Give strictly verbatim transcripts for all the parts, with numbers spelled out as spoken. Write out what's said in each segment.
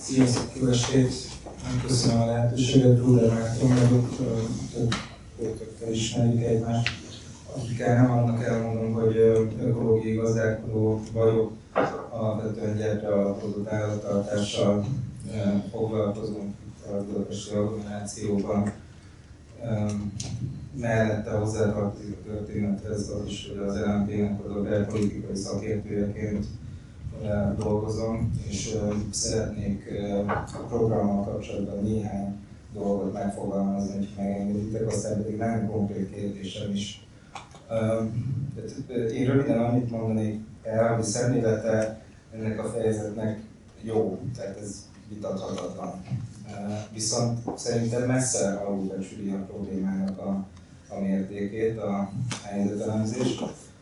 Sziasztok, jó estét! Köszönöm a lehetőséget, Bruder Márton vagyok, többökkel ismerjük egymást. Akikkel nem annak elmondom, hogy ökológiai gazdálkodó vagyok, alapvetően gyertre alapozott állattartással foglalkozunk itt a budapesti agglomerációban. Mellette hozzátartozik a történethez az is, hogy az el em pé-nek az agrárpolitikai szakértőjeként dolgozom, és szeretnék a programmal kapcsolatban néhány dolgot megfogalmazni, hogy megengeditek, aztán pedig nem konkrét kérdésem is. Én röviden annyit mondanék el, hogy szemlélete ennek a fejezetnek jó, tehát ez vitathatatlan. Viszont szerintem messze alulbecsüli a problémának a, a mértékét, a helyzetelemzés.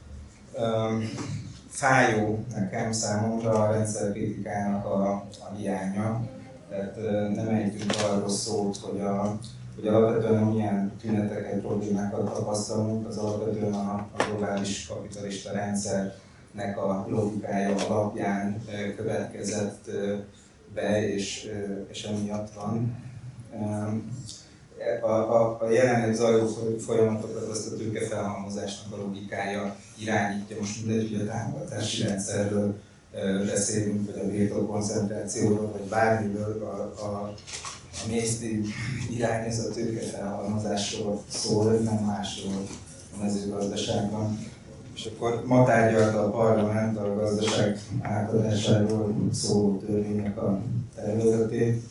Fájó nekem számomra a rendszerkritikának a, a hiánya, tehát nem ejtünk arról szót, hogy, a, hogy alapvetően milyen tüneteket, problémákat tapasztalunk, az alapvetően a, a globális kapitalista rendszernek a logikája alapján következett be, és, és emiatt van. A, a, a jelenleg zajló folyamatokat azt a tőkefelhalmozásnak a logikája irányítja. Most mindegy, hogy a támogatási rendszerről beszélünk, vagy a vétókoncentrációról, vagy bármiről, a, a, a mainstream irány ez a tőkefelhalmozásról szól, nem másról a mezőgazdaságban. És akkor ma tárgyalta a parlament a gazdaság átadásáról szóló törvénynek a tervezetét.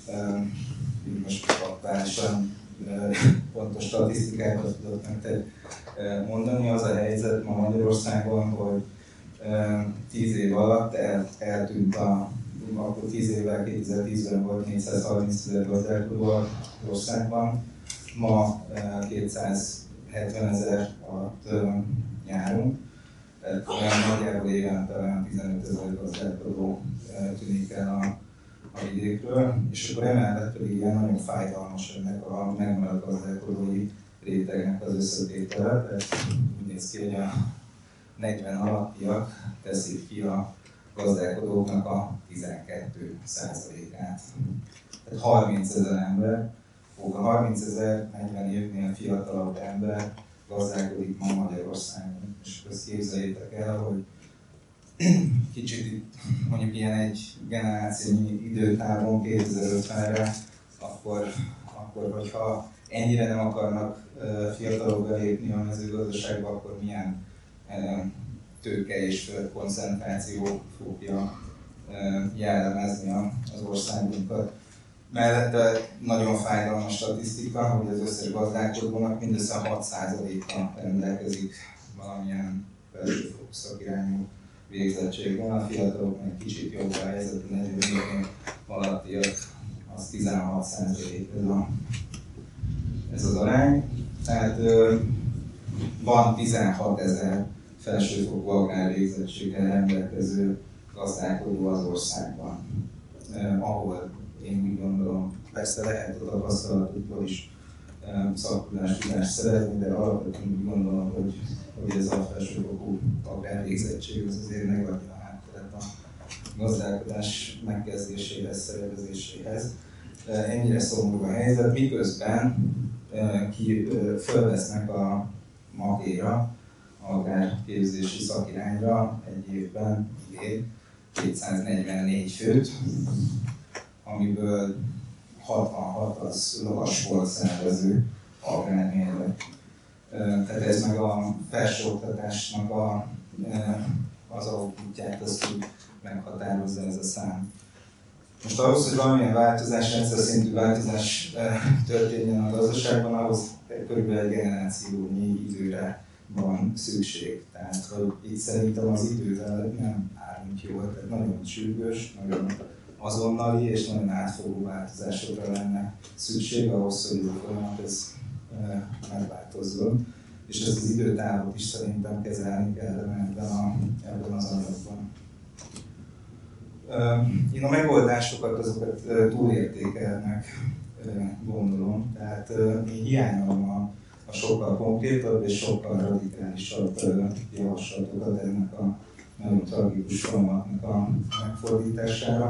Most aktuálisan pontos statisztikákat tudok nektek mondani. Az a helyzet ma Magyarországon, hogy tíz év alatt el, eltűnt a, akkor tíz évvel, kétezer-tízben volt négyszázharmincezer gazdálkodó az országban, ma kétszázhetvenezer alatt járunk, tehát olyan nagyjából évente olyan tizenötezer gazdálkodó tűnik el a a vidékről, és akkor emellett pedig ilyen nagyon fájdalmas ennek a megmaradt gazdálkodói rétegnek az összetétele. Tehát úgy néz ki, hogy a negyven alattiak teszik ki a gazdálkodóknak a tizenkét százalékát. Tehát harmincezer ember, a harmincezer negyven évnél fiatalabb ember gazdálkodik ma Magyarországon. És ezt képzeljétek el, hogy kicsit mondjuk ilyen egy generációnyi időtávon kétezer-ötvenre, akkor, akkor hogyha ennyire nem akarnak fiatalok belépni a mezőgazdaságba, akkor milyen tőke és koncentráció fogja jellemezni az országunkat. Mellette nagyon fájdalmas statisztika, hogy az összes gazdálkodónak mindössze hat százaléka rendelkezik valamilyen felsőfokú szakirányú végzettségben, a fiatalok meg kicsit jobb a helyzet, negyven évnél alattiak, az tizenhat százalék ez, a, ez az arány. Tehát ö, van tizenhatezer felsőfokú agrárvégzettséggel rendelkező gazdálkodó az országban, eh, ahol én úgy gondolom, persze lehet a tapasztalatokból is eh, szaktudást, tudást szerezni, de alapvetően úgy gondolom, hogy hogy ez a felsőfokú agrárvégzettség az azért megadja a hátteret a gazdálkodás megkezdéséhez, szervezéséhez. Ennyire szomorú a helyzet, miközben ki fölvesznek a matéra, agrárképzési szakirányra egy évben idén kétszáznegyvennégy főt, amiből hatvanhat az lovassport szervező agrármérnök. Tehát ez meg a felsőoktatásnak a, az alapútját azt úgy meghatározza ez a szám. Most ahhoz, hogy valamilyen változás, rendszer szintű változás történjen a gazdaságban, ahhoz körülbelül egy generációnyi időre van szükség. Tehát, hogy itt szerintem az idővel nem állunk jól, tehát nagyon sürgős, nagyon azonnali és nagyon átfogó változásokra lenne szükség ahhoz, hogy a folyamat ez megváltozzon. És ezt az időtávot is szerintem kezelni kellene ebben, a, ebben az anyagban. Én a megoldásokat azokat túlértékelnek gondolom, tehát én hiányolom a, a sokkal konkrétabb és sokkal radikálisabb javaslatokat ennek a nagyon tragikus folyamatnak a megfordítására.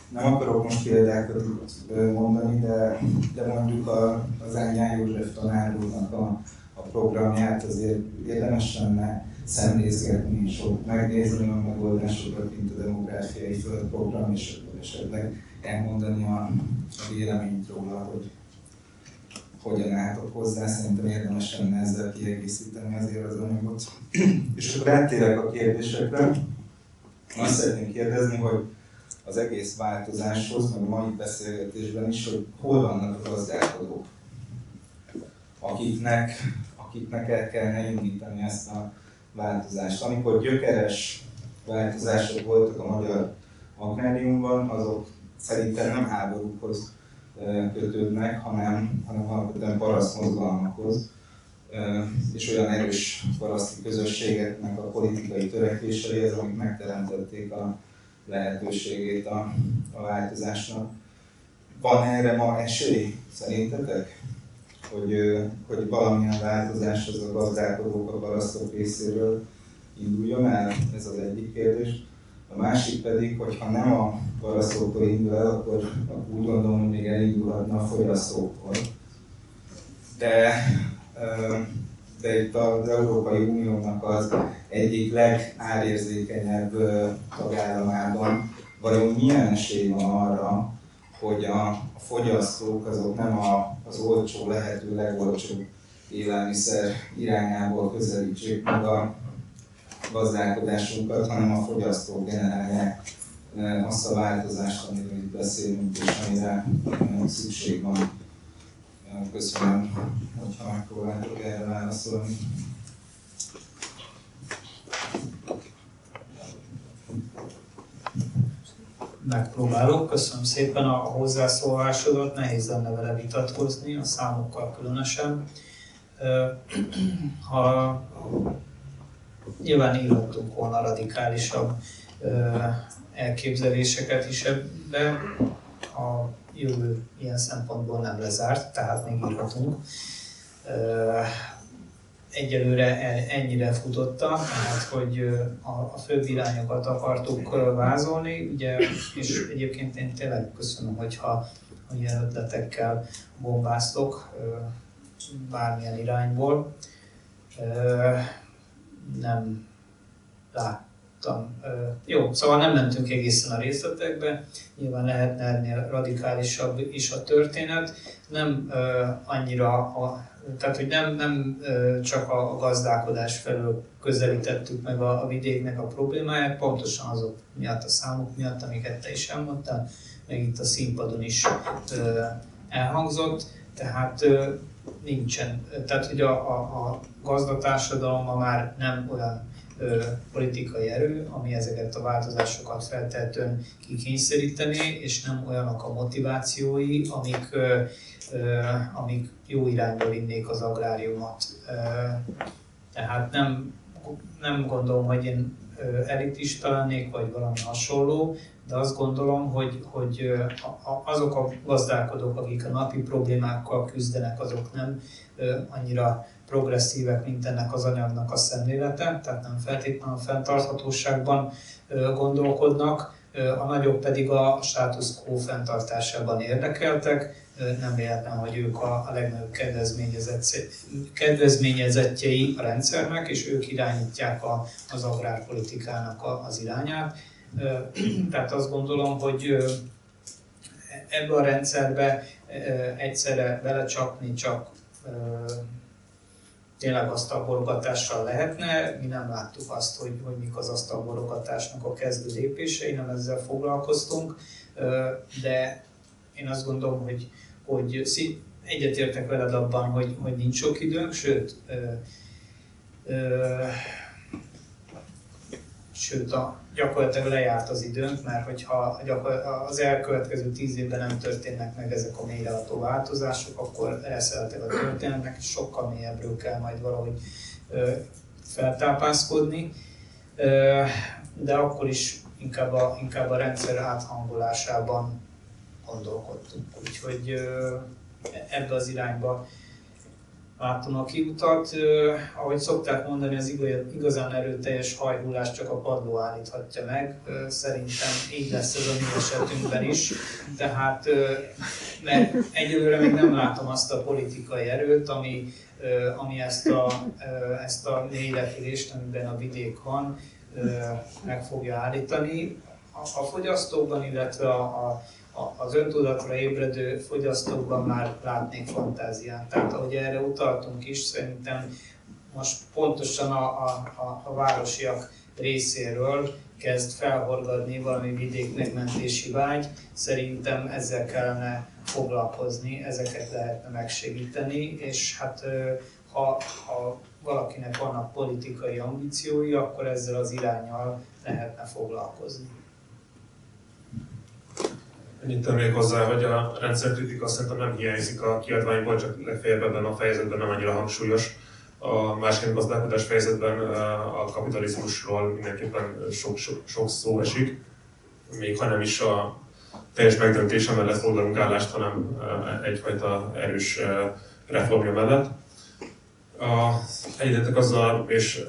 nem akarok most példákat mondani, de, de mondjuk a, az Ányán József tanár úrnak a, a programját azért érdemes lenne szemlézgetni, és ott megnézni a megoldásokat, mint a demográfiai földprogram, és akkor esetleg elmondani a, a véleményt róla, hogy hogyan álltok hozzá. Szerintem érdemes lenne ezzel kiegészíteni azért az anyagot. És akkor áttérek a kérdésekre. Azt szeretném kérdezni, hogy az egész változáshoz, meg a mai beszélgetésben is, hogy hol vannak a gazdálkodók, akiknek, akiknek el kellene indítani ezt a változást. Amikor gyökeres változások voltak a magyar agráriumban, azok szerintem nem háborúkhoz kötődnek, hanem, hanem alapvetően parasztmozgalmakhoz, és olyan erős paraszti közösségeknek a politikai törekvéseihez, amik megteremtették a lehetőségét a, a változásnak. Van erre ma esély szerintetek, hogy, hogy valamilyen változás az a gazdálkodók, a parasztok részéről induljon el? Ez az egyik kérdés. A másik pedig, hogy ha nem a parasztoktól indul el, akkor, akkor úgy gondolom, hogy még elindulhatna a fogyasztóktól. De, de itt az Európai Uniónak az egyik legárérzékenyebb tagállamában vajon milyen esély van arra, hogy a, a fogyasztók azok nem a, az olcsó, lehető legolcsóbb élelmiszer irányából közelítsék meg a gazdálkodásunkat, hanem a fogyasztók generálják azt a változást, amiről itt beszélünk, és amire szükség van. Köszönöm, hogyha megpróbáltok erre válaszolni. Megpróbálok, köszönöm szépen a hozzászólásodat, nehéz lenne vele vitatkozni, a számokkal különösen. Ha nyilván írhattunk volna radikálisabb elképzeléseket is ebbe, a jövő ilyen szempontból nem lezárt, tehát még írhatunk. Egyelőre ennyire futotta, tehát hogy a főbb irányokat akartuk vázolni, ugye, és egyébként én tényleg köszönöm, hogyha ilyen ötletekkel bombáztok bármilyen irányból. Nem láttam. Jó, szóval nem mentünk egészen a részletekbe, nyilván lehetne ennél radikálisabb is a történet, nem annyira a Tehát, hogy nem, nem csak a gazdálkodás felől közelítettük meg a, a vidéknek a problémáját, pontosan azok miatt, a számok miatt, amiket te is elmondtál, meg itt a színpadon is elhangzott. Tehát nincsen, tehát hogy a, a, a gazdatársadalom ma már nem olyan ö, politikai erő, ami ezeket a változásokat feltétlenül kikényszerítené, és nem olyanok a motivációi, amik ö, amik jó irányba vinnék az agráriumot. Tehát nem, nem gondolom, hogy én elitista lennék, vagy valami hasonló, de azt gondolom, hogy, hogy azok a gazdálkodók, akik a napi problémákkal küzdenek, azok nem annyira progresszívek, mint ennek az anyagnak a szemlélete, tehát nem feltétlenül a fenntarthatóságban gondolkodnak, a nagyok pedig a status quo fenntartásában érdekeltek. Nem véletlen, hogy ők a legnagyobb kedvezményezettjei a rendszernek, és ők irányítják a, az agrárpolitikának a, az irányát. Tehát azt gondolom, hogy ebbe a rendszerbe egyszerre belecsapni csak tényleg asztalborogatással lehetne. Mi nem láttuk azt, hogy, hogy mik az asztalborogatásnak a kezdő lépései, nem ezzel foglalkoztunk, de én azt gondolom, hogy, hogy egyetértek veled abban, hogy, hogy nincs sok időnk, sőt, ö, ö, sőt a, gyakorlatilag lejárt az időnk, mert hogyha az elkövetkező tíz évben nem történnek meg ezek a mélyreható változások, akkor elszeltek a történetnek, és sokkal mélyebbről kell majd valahogy ö, feltápászkodni. Ö, de akkor is inkább a, inkább a rendszer látom a kiutat. Ahogy szokták mondani, az igazán erőteljes hajhullás csak a padló állíthatja meg. Szerintem így lesz ez a mi esetünkben is. Tehát mert egyelőre még nem látom azt a politikai erőt, ami, ami ezt a, ezt a mélylepülést, amiben a vidék van, meg fogja állítani. A fogyasztókban, illetve a, a az öntudatra ébredő fogyasztókban már látnék fantáziát. Tehát ahogy erre utaltunk is, szerintem most pontosan a, a, a, a városiak részéről kezd felhorgadni valami vidék megmentési vágy. Szerintem ezzel kellene foglalkozni, ezeket lehetne megsegíteni, és hát ha, ha valakinek vannak politikai ambíciói, akkor ezzel az iránnyal lehetne foglalkozni. Ennyit tennék hozzá, hogy a rendszerkritika szerintem nem hiányzik a kiadványból, csak legfeljebb ebben a fejezetben nem annyira hangsúlyos. A másként gazdálkodás fejezetben a kapitalizmusról mindenképpen sok, sok, sok szó esik, még ha nem is a teljes megdöntése mellett foglalunk állást, hanem egyfajta erős reformja mellett. Egyetetek azzal, és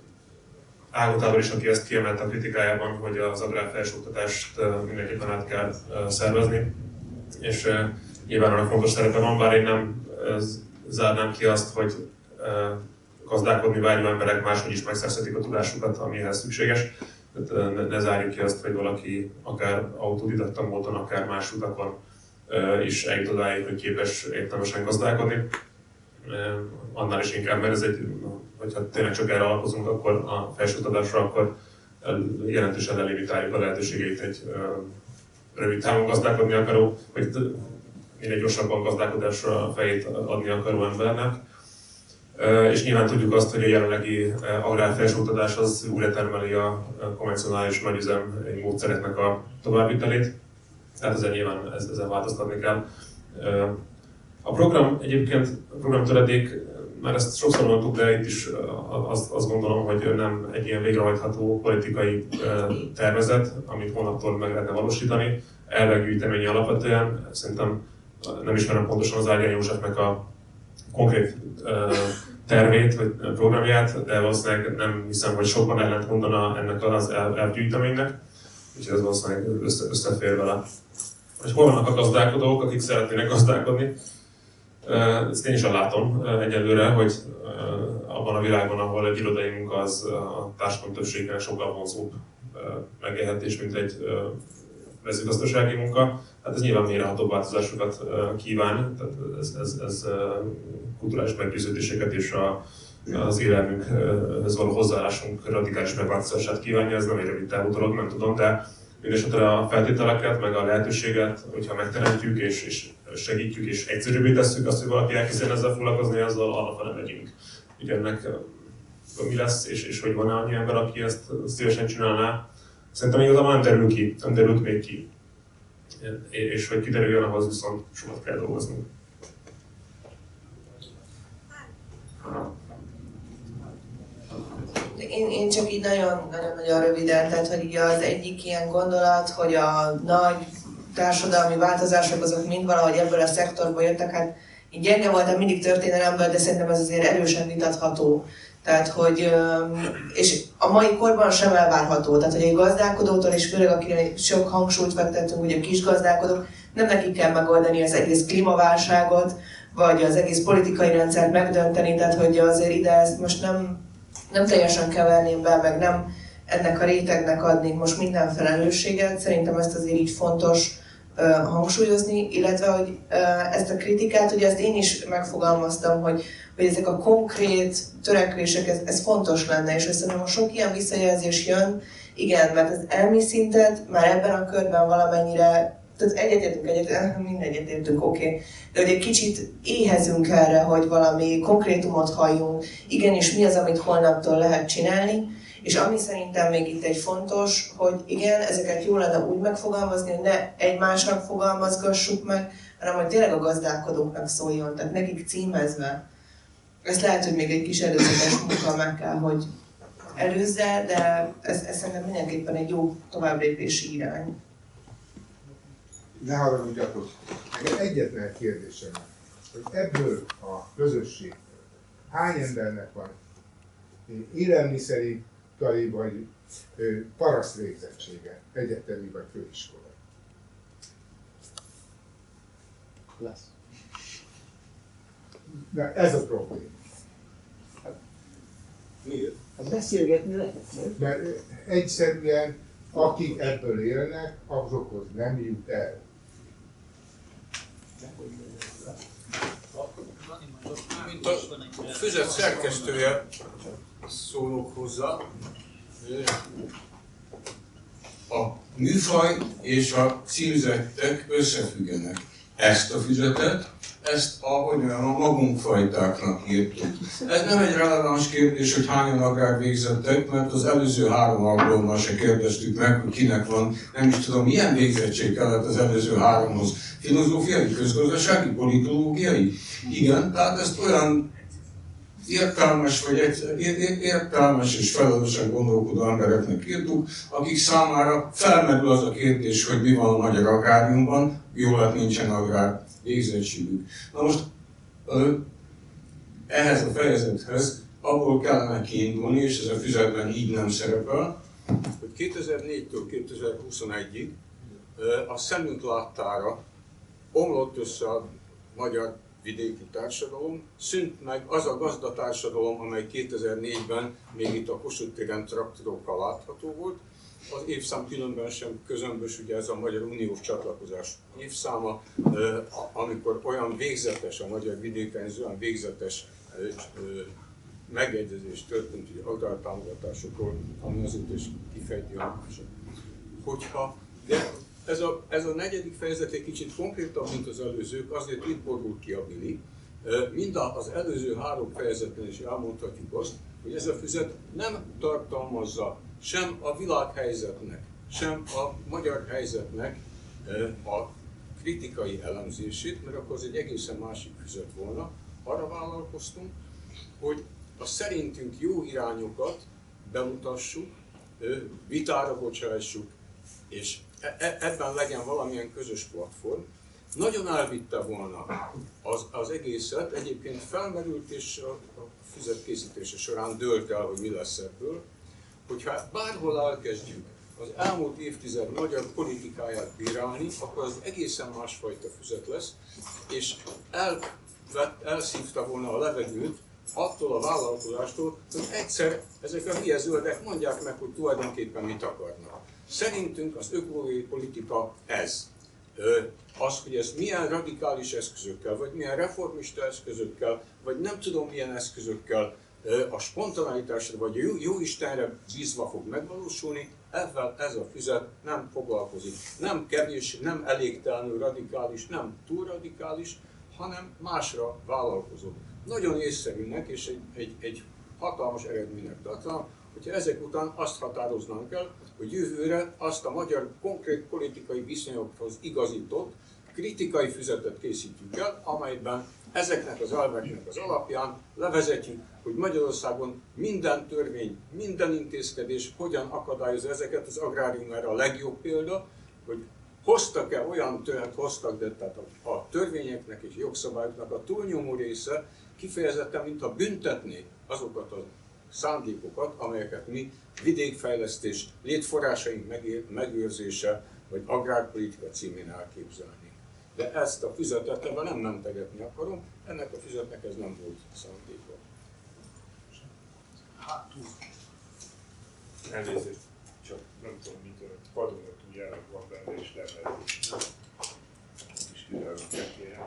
Ágot Ábor is, aki ezt kiemelte a kritikájában, hogy az agrár felsőoktatást mindenképpen át kell szervezni, és nyilván annak fontos szerepe van, bár én nem zárnám ki azt, hogy gazdálkodni vágyó emberek máshogy is megszerzhetik a tudásukat, amihez szükséges. Tehát ne, ne zárjuk ki azt, hogy valaki akár autodidakta módon, akár más utakon is eljut odáig, hogy képes értelmesen gazdálkodni. Annál is inkább, mert ez egy, hogyha tényleg csak erre alapozunk, akkor a felsőoktatásra, akkor jelentősen elimitáljuk a lehetőségeit egy rövid távon gazdálkodni akaró, vagy minél gyorsabban gazdálkodásra fejét adni akaró embernek. És nyilván tudjuk azt, hogy a jelenlegi agrárfelsőoktatás az újra termeli a konvencionális nagyüzem módszereknek a továbbvitelét. Tehát ezen nyilván ezen változtatni kell. A program egyébként, a programtöredék, már ezt sokszor mondtuk, de itt is azt, azt gondolom, hogy nem egy ilyen végrehajtható politikai tervezet, amit holnaptól meg lehetne valósítani. Elvegyűjteményi alapvetően, szerintem nem ismerem pontosan az Ágyán Józsefnek a konkrét tervét vagy programját, de valószínűleg nem hiszem, hogy sokban ellent mondana ennek az elvgyűjteménynek, úgyhogy ez valószínűleg összefér vele. Hogy hol vannak a gazdálkodók, akik szeretnének gazdálkodni? Ezt én is látom egyelőre, hogy abban a világban, ahol egy irodai munka az a társadalom többségének sokkal vonzóbb megélhetés, mint egy mezőgazdasági munka. Hát ez nyilván mélyrehatóbb változásokat kíván, tehát ez, ez, ez kulturális meggyőződéseket és a, az élelmünkhöz való hozzáállásunk radikális megváltozását kívánja, ez nem egy rövid távú dolog, nem tudom, de mindesetre a feltételeket, meg a lehetőséget, hogyha megteremtjük és, és segítjük és egyszerűbbé tesszük azt, hogy valaki elkezdjen ezzel foglalkozni, azzal arra megyünk. Ugye ennek mi lesz, és, és hogy van-e annyi ember, aki ezt szívesen csinálná. Szerintem igazából nem derül ki, nem derült még ki. És hogy kiderüljön, ahhoz viszont sokat kell dolgoznunk. Én, én csak így nagyon-nagyon röviden, tehát hogy így az egyik ilyen gondolat, hogy a nagy társadalmi változások azok mind valahogy ebből a szektorból jöttek, hát így gyenge voltam mindig történelemből, de szerintem ez azért erősen vitatható. Tehát, hogy, és a mai korban sem elvárható, tehát, hogy egy gazdálkodótól, és főleg akire sok hangsúlyt fektettünk, ugye a kis gazdálkodók, nem nekik kell megoldani az egész klímaválságot, vagy az egész politikai rendszert megdönteni, tehát, hogy azért ide ezt most nem, nem teljesen keverném be, meg nem ennek a rétegnek adnék most minden felelősséget. Szerintem ezt azért így fontos uh, hangsúlyozni, illetve, hogy uh, ezt a kritikát, ugye ezt én is megfogalmaztam, hogy hogy ezek a konkrét törekvések, ez, ez fontos lenne, és szerintem, ha sok ilyen visszajelzés jön, igen, mert az elmi szintet már ebben a körben valamennyire, tehát egyetértünk, egyet, mindegyet értünk, oké, okay. De hogy egy kicsit éhezünk erre, hogy valami konkrétumot halljunk, igenis mi az, amit holnaptól lehet csinálni, és ami szerintem még itt egy fontos, hogy igen, ezeket jól lenne úgy megfogalmazni, hogy ne egymásnak fogalmazgassuk meg, hanem hogy tényleg a gazdálkodóknak szóljon, tehát nekik címezve. Ezt lehet, hogy még egy kis előzetes munka meg kell, hogy előzze, de ez, ez szerintem mindenképpen egy jó továbblépési irány. Ne haragudjatok, nekem egyetlen kérdésem, hogy ebből a közösségből hány embernek van élelmiszeripari vagy paraszt végzettsége, egyetemi vagy főiskola? Lesz. Na, ez a probléma. Miért? Hát beszélgetni lehet, nem? Mert egyszerűen, akik ebből élnek, azokhoz nem jut el. Mint a füzet szerkesztője szólok hozzá, a műfaj és a címzettek összefüggenek. Ezt a füzetet, ezt ahogy a magunk fajtáknak írtuk. Ez nem egy releváns kérdés, hogy hányan agrárvégzettek, mert az előző három alkalommal se kérdeztük meg, hogy kinek van, nem is tudom, milyen végzettség kellett az előző háromhoz. Filozófiai, közgazdasági, politológiai? Igen, tehát ezt olyan értelmes, vagy értelmes és felelősen gondolkodó embereknek írtuk, akik számára felmerül az a kérdés, hogy mi van a magyar agráriumban, jól lett nincsen agrár végzettségük. Na most ehhez a fejezethez abból kellene kiindulni, és ez a füzetben így nem szerepel, hogy kétezer-négytől kétezer-huszonegyig a szemünk láttára omlott össze a magyar vidéki társadalom, szűnt meg az a gazdatársadalom, amely kétezer-négyben még itt a Kossuth téren traktorokkal látható volt. Az évszám különben sem közömbös, ugye ez a Magyar Uniós csatlakozás évszáma, amikor olyan végzetes, a magyar vidéken ez olyan végzetes megegyezés történt ugye agrártámogatásokról, ami azóta is kifejti a hogyha, de ez a, ez a negyedik fejezet egy kicsit konkrétabb, mint az előzők, azért itt borult ki a bili. Mind az előző három fejezeten is elmondhatjuk azt, hogy ez a füzet nem tartalmazza sem a világhelyzetnek, sem a magyar helyzetnek a kritikai elemzését, mert akkor az egy egészen másik füzet volna. Arra vállalkoztunk, hogy a szerintünk jó irányokat bemutassuk, vitára bocsássuk, és ebben legyen valamilyen közös platform. Nagyon elvitte volna az, az egészet, egyébként felmerült, és a, a füzet készítése során dőlt el, hogy mi lesz ebből, hogyha bárhol elkezdjük az elmúlt évtized magyar politikáját bírálni, akkor az egészen másfajta füzet lesz, és elvett, elszívta volna a levegőt attól a vállalkozástól, hogy egyszer ezek a hülye zöldek mondják meg, hogy tulajdonképpen mit akarnak. Szerintünk az ökológiai politika ez. Az, hogy ez milyen radikális eszközökkel, vagy milyen reformista eszközökkel, vagy nem tudom milyen eszközökkel a spontaneitásra, vagy a jó, jó Istenre bízva fog megvalósulni, ezzel ez a füzet nem foglalkozik. Nem kevés, nem elégtelenül radikális, nem túl radikális, hanem másra vállalkozó. Nagyon észszerűnek és egy, egy, egy hatalmas eredménynek tartom, hogyha ezek után azt határoznánk el, hogy jövőre azt a magyar konkrét politikai viszonyokhoz igazított kritikai füzetet készítjük el, amelyben ezeknek az elveknek az alapján levezetjük, hogy Magyarországon minden törvény, minden intézkedés hogyan akadályozza ezeket. Az agrárium erre a legjobb példa, hogy hoztak-e olyan törvényt, hoztak, de tehát a, a törvényeknek és jogszabályoknak a túlnyomó része kifejezetten, mintha büntetné azokat a szándékokat, amelyeket mi vidékfejlesztés, létforrásaink megőrzése vagy agrárpolitika címén elképzelni. De ezt a füzetet ebben nem mentegetni akarom, ennek a füzetnek ez nem volt szándéka. Elnézést, csak nem tudom mitől, vadonatúj elek van benne és nem elég. És türelmet kell kérni.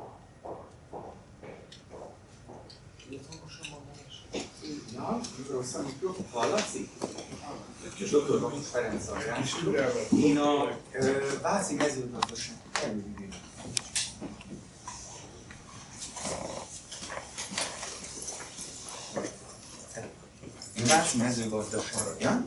Na, rossz a mikrofon, hallatszik? doktor Babics Ferenc Agrár. Én a Váci mezőgazdaság előidén. Én Váci mezőgazdaság, ja?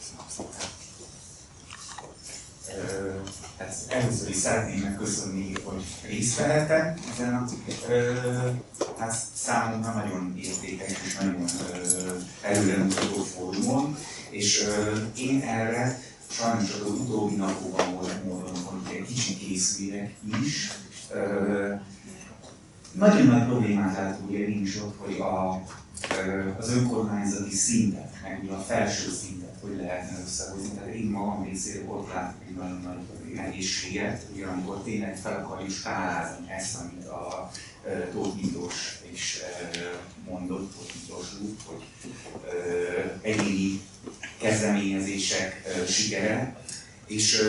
Ezt először is szeretném megköszönni, hogy részt vehetek ezen a hát számomra nagyon értékes és nagyon előremutató fórumon, és én erre sajnos az utóbbi napokban volt módon, hogy egy kicsit készüljek is. nagyon nagy problémát látunk ugye én is ott, hogy a, az önkormányzati szintet, meg a felső szintet hogy lehetne összehozni. Tehát én magam részéről ott látok egy nagyon nagy nehézséget, ugye amikor tényleg fel akarjuk skálázni ezt, amit a Tóth Miklós is mondott, Tóth Miklós úr, hogy egyéni kezdeményezések sikere, és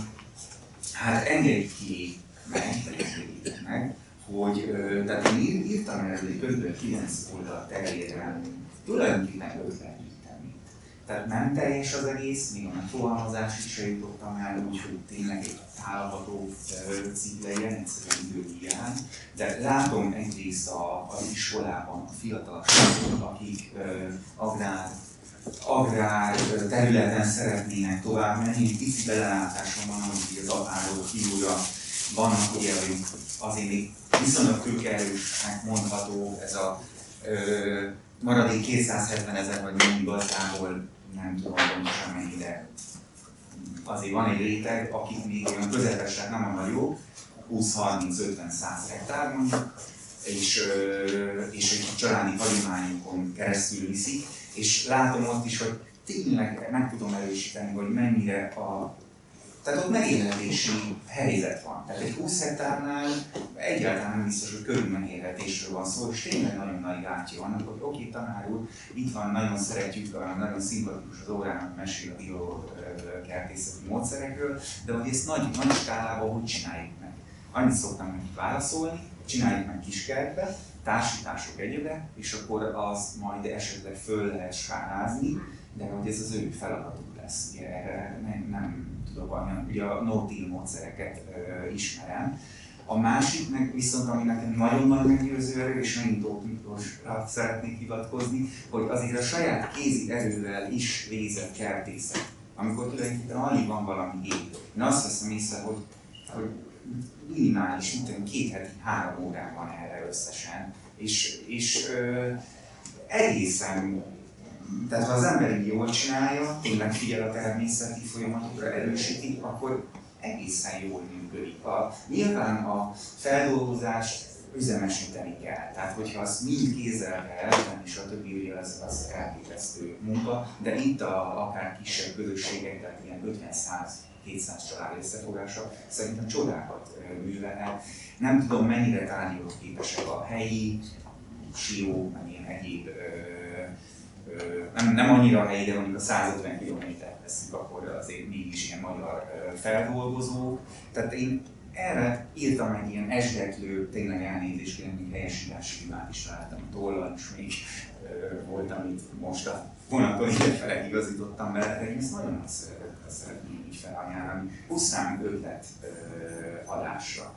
hát engedjük ki meg, engedjük meg, hogy tehát én írtam erről egy kb. kilenc oldal terjedően tulajdonképpen ötletgyűjteményt. Tehát nem teljes az egész, még a megfogalmazás is jutottam el, úgyhogy tényleg egy található cikk legyen, egyszerűen időhiány. De látom egyrészt a, az iskolában a fiatalságot, akik uh, agrár, agrár területen szeretnének tovább menni. Egy pici belelátásom van, hogy az apáról kívülra vannak ugye, hogy azért még viszonylag tőkeerősnek mondható ez a ö, maradék kétszázhetvenezer vagy mennyi gazdából, nem tudom pontosan mennyi, de azért van egy réteg, akik még olyan közepesek, nem a nagyobb, húsz-harminc-ötven-száz hektár mondjuk, és, ö, és egy családi hagyományokon keresztül viszik, és látom ott is, hogy tényleg meg tudom erősíteni, hogy mennyire a Tehát ott megélhetési helyzet van. Tehát egy húsz hektárnál egyáltalán nem biztos, hogy körülmegélhetésről van szó, és tényleg nagyon nagy gátja vannak, hogy oké, tanár úr, itt van, nagyon szeretjük, nagyon szimpatikus az órának mesél a biokertészeti módszerekről, de hogy ezt nagy, nagy skálában hogy csináljuk meg? Annyit szoktam nekik válaszolni, csináljuk meg kiskertbe, társítások egyebek, és akkor azt majd esetleg föl lehet skálázni, de hogy ez az ő feladatuk lesz. Ugye, erre nem, nem ugye a no-till módszereket ö, ismerem. A másik meg viszont, ami nekem nagyon nagy meggyőző erő, és megint Tóth Miklósra szeretnék hivatkozni, hogy azért a saját kézi erővel is végzett kertészet, amikor tulajdonképpen alig van valami gép. Én azt veszem észre, hogy, hogy minimális, mint tudom, két heti, három órán van erre összesen, és, és ö, egészen tehát ha az ember így jól csinálja, tényleg figyel a természeti folyamatokra, erősíti, akkor egészen jól működik. A, nyilván a feldolgozást üzemesíteni kell. Tehát hogyha azt mind kézzel kell eltenni, és a többi ugye az, az elképesztő munka, de itt a, akár kisebb közösségek, tehát ilyen ötven-száz-kétszáz család összefogása szerintem csodákat művelhet. Nem tudom mennyire tárgyalóképesek a helyi, Sió, meg ilyen egyéb Nem, nem annyira helyi, de mondjuk a százötven kilométert veszünk, akkor azért mégis ilyen magyar feldolgozók. Tehát én erre írtam egy ilyen esdeklő, tényleg elnézést kérem, még helyesírási hibát is találtam a tollal, és még voltam itt most a vonaton idefele igazítottam vele, de én ezt nagyon szeretném így felajánlani, pusztán ötlet adásra.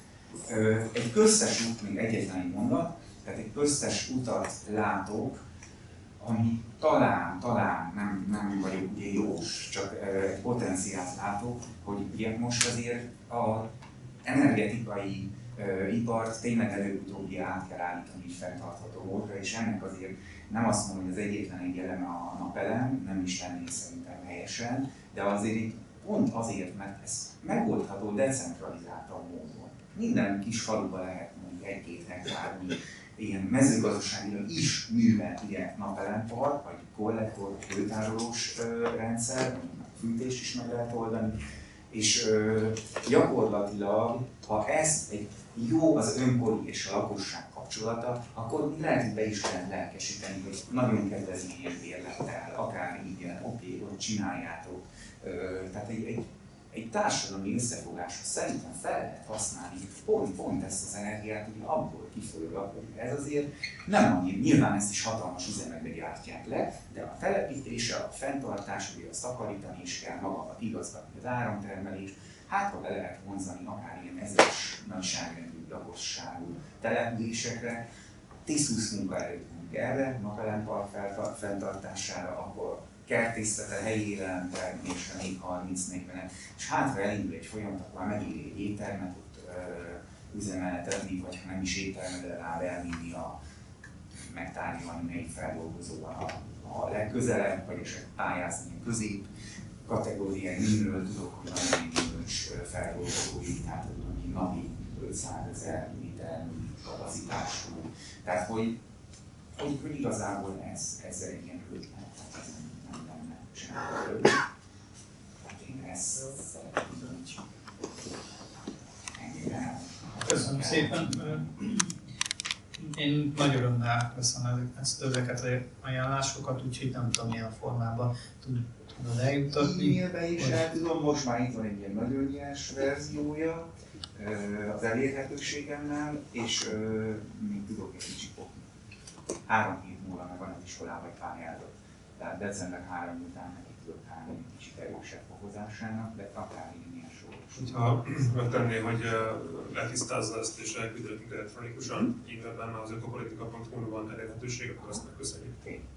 Egy köztes út, még egyetlen egy mondat, tehát egy köztes utat látok, ami talán, talán nem, nem vagyok ugye jós, csak egy potenciált látok, hogy ugye most azért az energetikai uh, ipart tényleg előbb-utóbb át kell állítani így fenntartható módra, és ennek azért nem azt mondom, hogy az egyetlen egy eleme a napelem, nem is lennék szerintem helyesen, de azért itt pont azért, mert ez megoldható decentralizáltabb módon. Minden kis faluba lehet mondjuk egy-két hektárnyi ilyen mezőgazdaságilag is művelt ugye napelempark, vagy kollektor, hőtárolós rendszer, fűtés is meg lehet oldani, és ö, gyakorlatilag, ha ezt egy jó az önkori és a lakosság kapcsolata, akkor lehet, hogy be is lehet lelkesíteni, hogy nagyon kedvezményes bérlettel, akár így, oké, hogy csináljátok. Ö, tehát egy, egy, egy társadalmi összefogásra szerintem fel lehet használni pont, pont ezt az energiát, hogy abból kifolyólag, hogy ez azért nem annyi, nyilván ezt is hatalmas üzemekbe gyártják le, de a telepítése, a fenntartás, hogy azt takarítani is kell, magamat igazgatni az áramtermelést, hát ha be lehet vonzani akár ilyen ezeres nagyságrendű lakosságú településekre, tíz-húsz munkaerőt mondjuk erre, napelempark fenntartására, akkor kertészete, helyi élelemtermésre még harminc-negyven, és hátra elindul egy folyamat, akkor már megéri egy éttermet ott ö, üzemeltetni, vagy ha nem is éttermet, de rá elvinni a megtárgyalni melyik feldolgozóval a, a legközelebb, vagy esetleg pályázni a közép kategóriai, mindről tudok, hogy nagyon nincs feldolgozói, tehát napi ötszázezer liter kapacitású. Tehát, hogy, hogy, hogy igazából ez, ezzel egy ilyen rövid lehet, nem lenne semmi rövid. Hát én ezt szeretném így ennyire. Köszönöm szépen. Én nagy örömmel veszem ezt, ezeket az ajánlásokat, úgyhogy nem tudom, milyen formában tudod eljuttatni. E-mailbe is el tudom, most már itt van egy ilyen nagyon nyers verziója az elérhetőségemmel, és még tudok egy kicsit kopni. Három hét múlva meg van az iskolában egy pályázat. Tehát december harmadika után neki tudok állni egy kicsit erősebb fokozásának, de akár ilyen soros. Ha megtenné, hogy letisztázza ezt és elküldődik elektronikusan, e-mailben az ökopolitika pont hu van elérhetőség, akkor azt megköszönjük.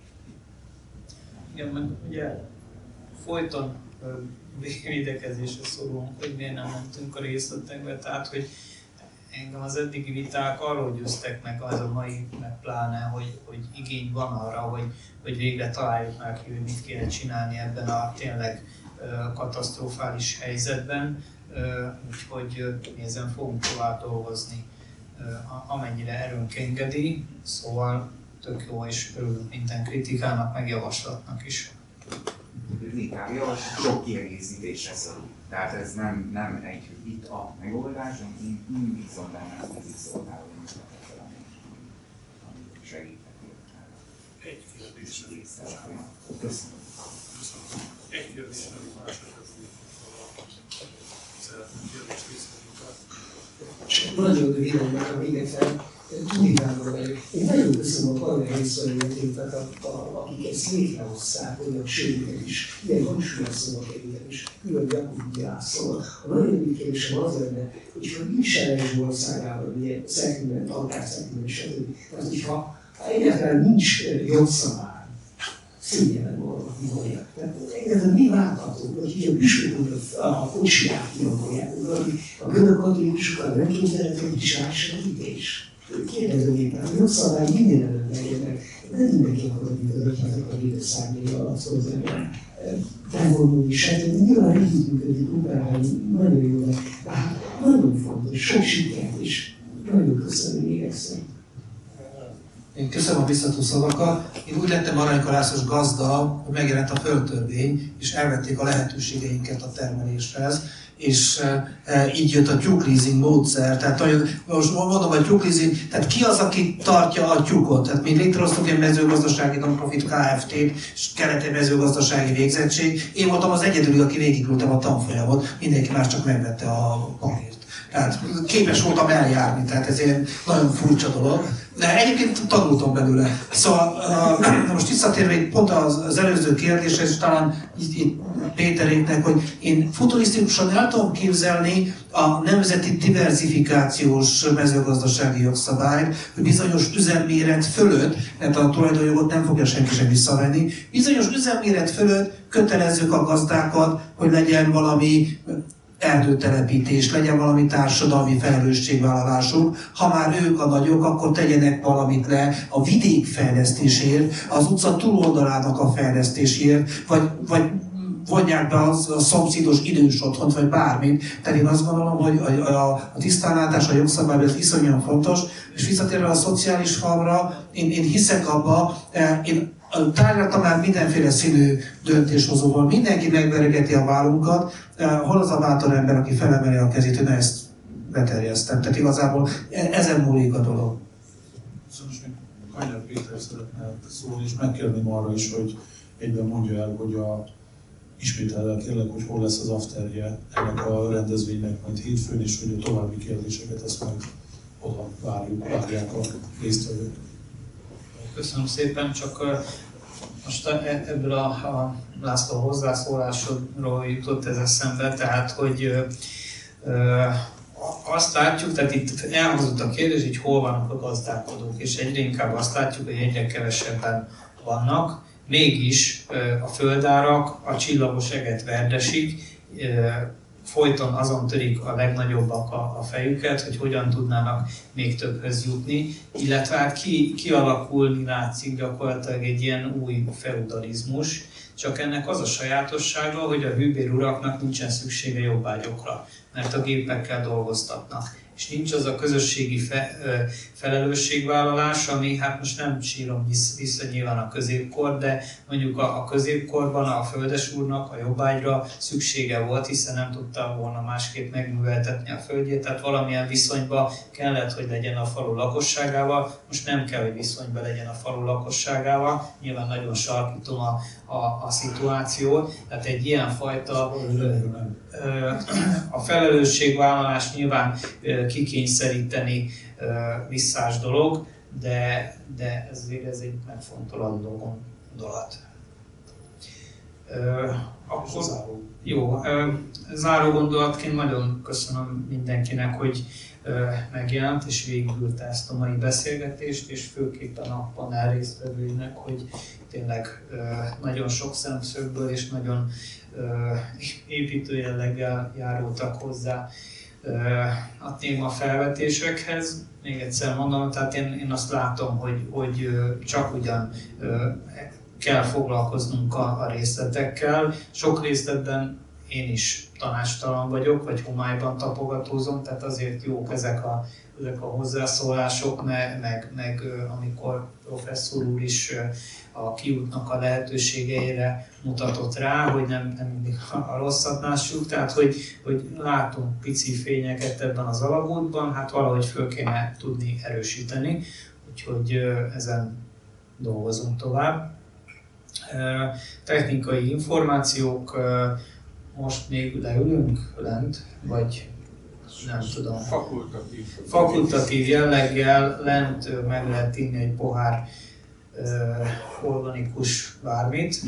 Igen, meg ugye folyton védekezésre szorulunk, hogy miért nem mentünk a részletekbe, tehát hogy engem az eddigi viták arról győztek meg, az a mai meg pláne, hogy, hogy igény van arra, hogy, hogy végre találjuk meg ki, hogy mit kéne csinálni ebben a tényleg katasztrofális helyzetben, úgyhogy mi ezen fogunk tovább dolgozni, amennyire erőnk engedi, szóval tök jó és örülünk minden kritikának, meg javaslatnak is. Inkább javaslat, sok kiegészítésre szorul. Tehát ez nem, nem egy, hogy itt a megoldás, én bízom benne, hogy ez így szolgáló működhet valami, ami segítheti. Egy kérdés. Köszönöm. Egy kérdés, amit másokat szeretném kérdést részletünk. Csak nagyon röviden meg a vége fel, tudnívánul vagyok. Én nagyon köszönöm a Karmely részvevőjéket, akik ezt létrehozták, hogy a sérültek is, ilyen hangsúlyozóak egyébként is, külön Jakub Gyászol. A nagyon rövid kérdésem az lenne, hogyha nincsen egy országában, ugye szekülben, tanárszekülben, stb. Tehát, hogyha egyáltalán nincs jogszabály, szégyellen volna, mi mondják. Tehát egyáltalán mi látható, hogy így a püspökök a kocsiját kiadolják, a görög katolikusoknak nem képzelhető, hogy csinálsegítés. Kérdezem éppen, a jogszabály minél előbb legyenek, nem mindenki akarod, mint az ötletek a védőszámlai alatt hozzá. Bevonulni, stb. Nyilván együttműködik Ukrajnában, nagyon jó, de hát nagyon fontos, sok sikert, és nagyon köszönöm még egyszer. Én köszönöm a biztató szavakat. Én úgy lettem aranykalászos gazda, hogy megjelent a földtörvény, és elvették a lehetőségeinket a termeléshez, és e, így jött a tyúkleasing módszer. Tehát most mondom, a tyúkleasing, tehát ki az, aki tartja a tyúkot? Tehát mi létrehoztunk egy mezőgazdasági non-profit Kft-t, és kellett egy mezőgazdasági végzettség. Én voltam az egyedüli, aki végigküldtem a tanfolyamot, mindenki más csak megvette a papírt. Tehát képes voltam eljárni, tehát ez egy nagyon furcsa dolog. De egyébként tanultam belőle. Szóval uh, most visszatérve pont az, az előző kérdéshez, és talán itt, itt Péteréknek, hogy én futurisztikusan el tudom képzelni a nemzeti diverzifikációs mezőgazdasági jogszabályt, hogy bizonyos üzemméret fölött, mert a tulajdonjogot nem fogja senki sem visszavenni, bizonyos üzemméret fölött kötelezzük a gazdákat, hogy legyen valami erdőtelepítés, legyen valami társadalmi felelősségvállalásuk. Ha már ők a nagyok, akkor tegyenek valamit le a vidék fejlesztésért, az utca túloldalának a fejlesztésért, vagy, vagy vonják be az, a szomszédos idős otthont, vagy bármit. Tehát én azt gondolom, hogy a, a, a tisztánlátás, a jogszabály, ez iszonyúan fontos, és visszatérve a szociális falra, én, én hiszek abba, én tárgyaltam már mindenféle színű döntéshozóval, mindenki megveregeti a vállunkat, hol az a bátor ember, aki felemeli a kezét, hogy ne ezt beterjesztem. Tehát igazából ezen múlik a dolog. Most még Kanyar Péter szeretne szólni, és megkérném arra is, hogy egyben mondja el, hogy a ismételvel kérlek, hogy hol lesz az afterje ennek a rendezvénynek majd hétfőn, és hogy a további kérdéseket ezt majd oda várjuk, várják a résztvevők. Köszönöm szépen, csak most ebből a, a László hozzászólásodról jutott ez eszembe, tehát hogy ö, ö, azt látjuk, tehát itt elhozott a kérdés, hogy hol vannak a gazdálkodók, és egyre inkább azt látjuk, hogy egyre kevesebben vannak, mégis ö, a földárak a csillagos eget verdesik, ö, folyton azon törik a legnagyobbak a, a fejüket, hogy hogyan tudnának még többhöz jutni, illetve hát ki, kialakulni látszik gyakorlatilag egy ilyen új feudalizmus, csak ennek az a sajátossága, hogy a hűbéruraknak nincsen szüksége jobbágyokra, mert a gépekkel dolgoztatnak. és nincs az a közösségi fe, felelősségvállalás, ami hát most nem sírom vissza nyilván a középkor, de mondjuk a, a középkorban a földesúrnak a jobbágyra szüksége volt, hiszen nem tudta volna másképp megműveltetni a földjét, tehát valamilyen viszonyba kellett, hogy legyen a falu lakosságával, most nem kell, hogy viszonyban legyen a falu lakosságával, nyilván nagyon sarkítom a, a, a szituációt, tehát egy ilyen fajta a felelősségvállalás nyilván kikényszeríteni visszás dolog, de, de ezért ez egy megfontolandó gondolat. Akkor, jó, záró gondolatként nagyon köszönöm mindenkinek, hogy megjelent és végigülte ezt a mai beszélgetést, és főképpen a panel résztvevőinek, hogy tényleg nagyon sok szemszögből és nagyon építő jelleggel járultak hozzá a téma felvetésekhez. Még egyszer mondom, tehát én, én azt látom, hogy, hogy csak ugyan kell foglalkoznunk a, a részletekkel. Sok részletben én is tanácstalan vagyok, vagy homályban tapogatózom, tehát azért jók ezek a, ezek a hozzászólások, meg, meg, meg amikor professzor úr is a kiútnak a lehetőségeire mutatott rá, hogy nem, nem mindig a rosszat lássuk, tehát hogy, hogy látunk pici fényeket ebben az alagútban, hát valahogy föl kéne tudni erősíteni, úgyhogy ezen dolgozunk tovább. Technikai információk, most még leülünk lent, vagy nem tudom. Fakultatív. Fakultatív jelleggel lent meg lehet inni egy pohár uh, organikus bármit,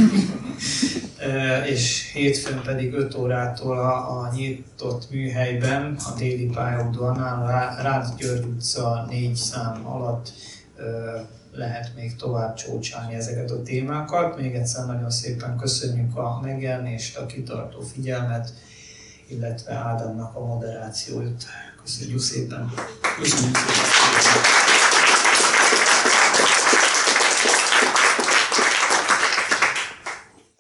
uh, és hétfőn pedig öt órától a, a nyitott műhelyben, a déli pályaudvarnál, a Rácz György utca négy szám alatt uh, lehet még tovább csócsálni ezeket a témákat. Még egyszer nagyon szépen köszönjük a megjelenést, a kitartó figyelmet, illetve Ádámnak a moderációt. Köszönjük szépen! Köszönjük szépen!